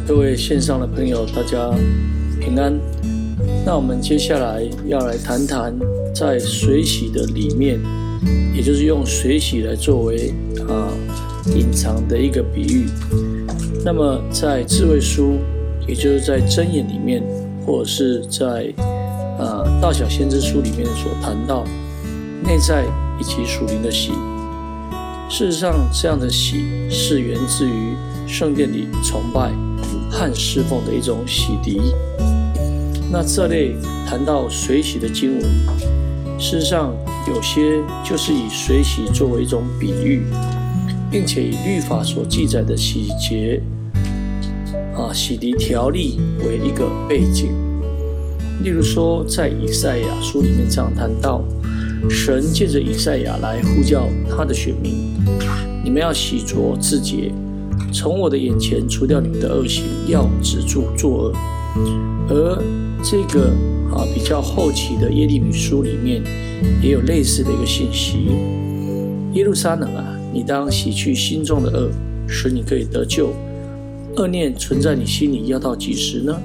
各位线上的朋友，大家平安。那我们接下来要来谈谈在水洗的里面，也就是用水洗来作为隐藏的一个比喻。那么在智慧书，也就是在箴言里面，或者是在大小先知书里面所谈到内在以及属灵的洗。事实上，这样的洗是源自于圣殿里崇拜和侍奉的一种洗涤。那这类谈到水洗的经文，事实上有些就是以水洗作为一种比喻，并且以律法所记载的洗洁洗涤条例为一个背景。例如说，在以赛亚书里面这样谈到，神借着以赛亚来呼叫他的选民，你们要洗濯自洁，从我的眼前除掉你们的恶行，要止住作恶。而这个比较后期的耶利米书里面也有类似的一个信息：耶路撒冷啊，你当洗去心中的恶，使你可以得救。恶念存在你心里，要到几时呢？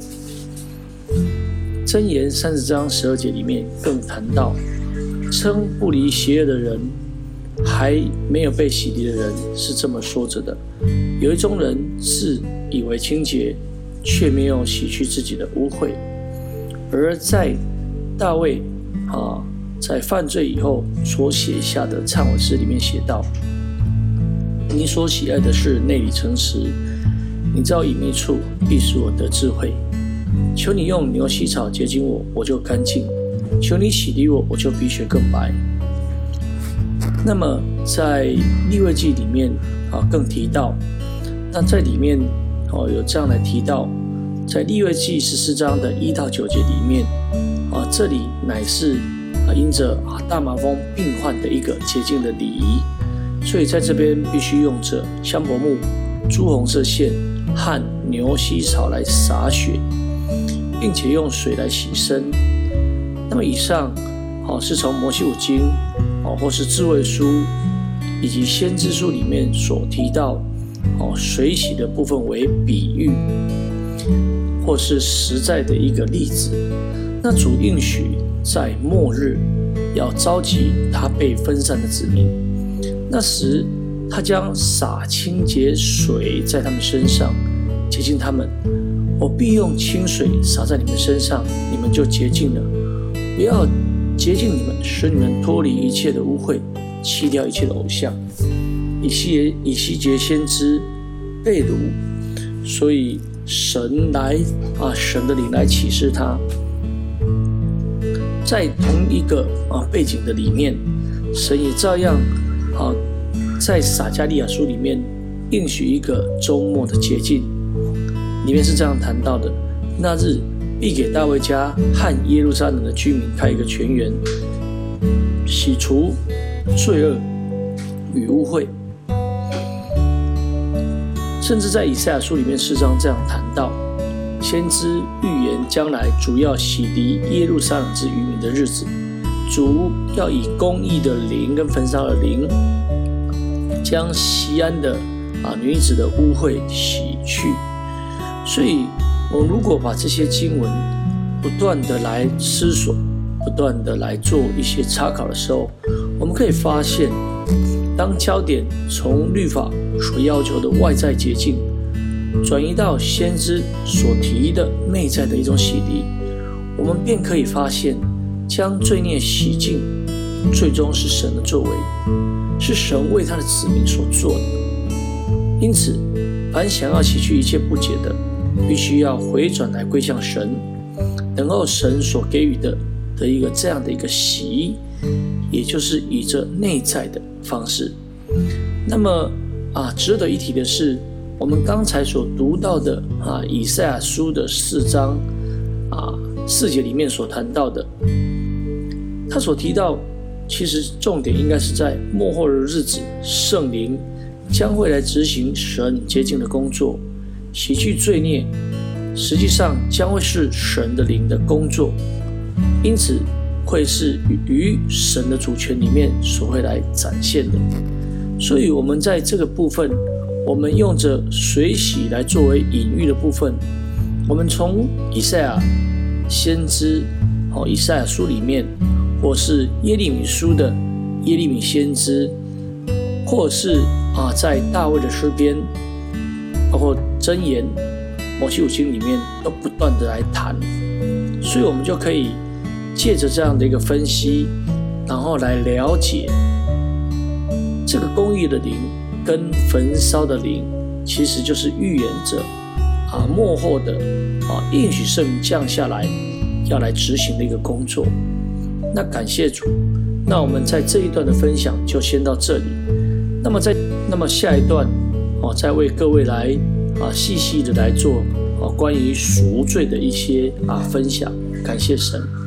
箴言30章12节里面更谈到，称不离邪恶的人，还没有被洗涤的人是这么说着的：有一种人自以为清洁，却没有洗去自己的污秽。而在大卫在犯罪以后所写下的忏悔诗里面写道：你所喜爱的是内里诚实，你知道隐秘处必使我得智慧。求你用牛膝草洁净我，我就干净；求你洗涤我，我就比雪更白。那么在利未记里面更提到，那在里面有这样来提到，在利未记14章的1到9节里面这里乃是因着大麻风病患的一个洁净的礼仪，所以在这边必须用着香柏木、朱红色线和牛膝草来洒血，并且用水来洗身。那么以上是从摩西五经或是智慧书以及先知书里面所提到水洗的部分为比喻，或是实在的一个例子。那主应许在末日要召集他被分散的子民，那时他将洒清洁水在他们身上，洁净他们。我必用清水洒在你们身上，你们就洁净了。我要洁净你们，使你们脱离一切的污秽，弃掉一切的偶像。以西结先知被掳，所以神的灵来启示他。在同一个背景的里面，神也照样在撒迦利亚书里面应许一个周末的洁净，里面是这样谈到的：那日必给大卫家和耶路撒冷的居民开一个泉源，洗除罪恶与污秽。甚至在以赛亚书里面4章这样谈到，先知预言将来主要洗涤耶路撒冷之渔民的日子，主要以公义的灵跟焚烧的灵，将锡安的女子的污秽洗去。所以我们如果把这些经文不断的来思索，不断的来做一些查考的时候，我们可以发现，当焦点从律法所要求的外在洁净转移到先知所提的内在的一种洗涤，我们便可以发现，将罪孽洗净最终是神的作为，是神为他的子民所做的。因此凡想要洗去一切不洁的，必须要回转来归向神，等候神所给予的一个这样的一个洗，也就是以着内在的方式。那么值得一提的是，我们刚才所读到的以赛亚书的4章4节里面所谈到的，他所提到，其实重点应该是在末后的日子，圣灵将会来执行神洁净的工作，洗去罪孽，实际上将会是神的灵的工作，因此会是于神的主权里面所会来展现的。所以我们在这个部分， 我们用着水洗来作为隐喻的部分，我们从以赛亚先知以赛亚书里面，或是耶利米书的耶利米先知，或是在大卫的诗篇，包括箴言、摩西五经里面，都不断的来谈，所以我们就可以借着这样的一个分析，然后来了解这个公义的灵跟焚烧的灵，其实就是预言着末后的应许圣灵降下来要来执行的一个工作。那感谢主，那我们在这一段的分享就先到这里。那么下一段再为各位来细细的来做关于赎罪的一些分享。感谢神。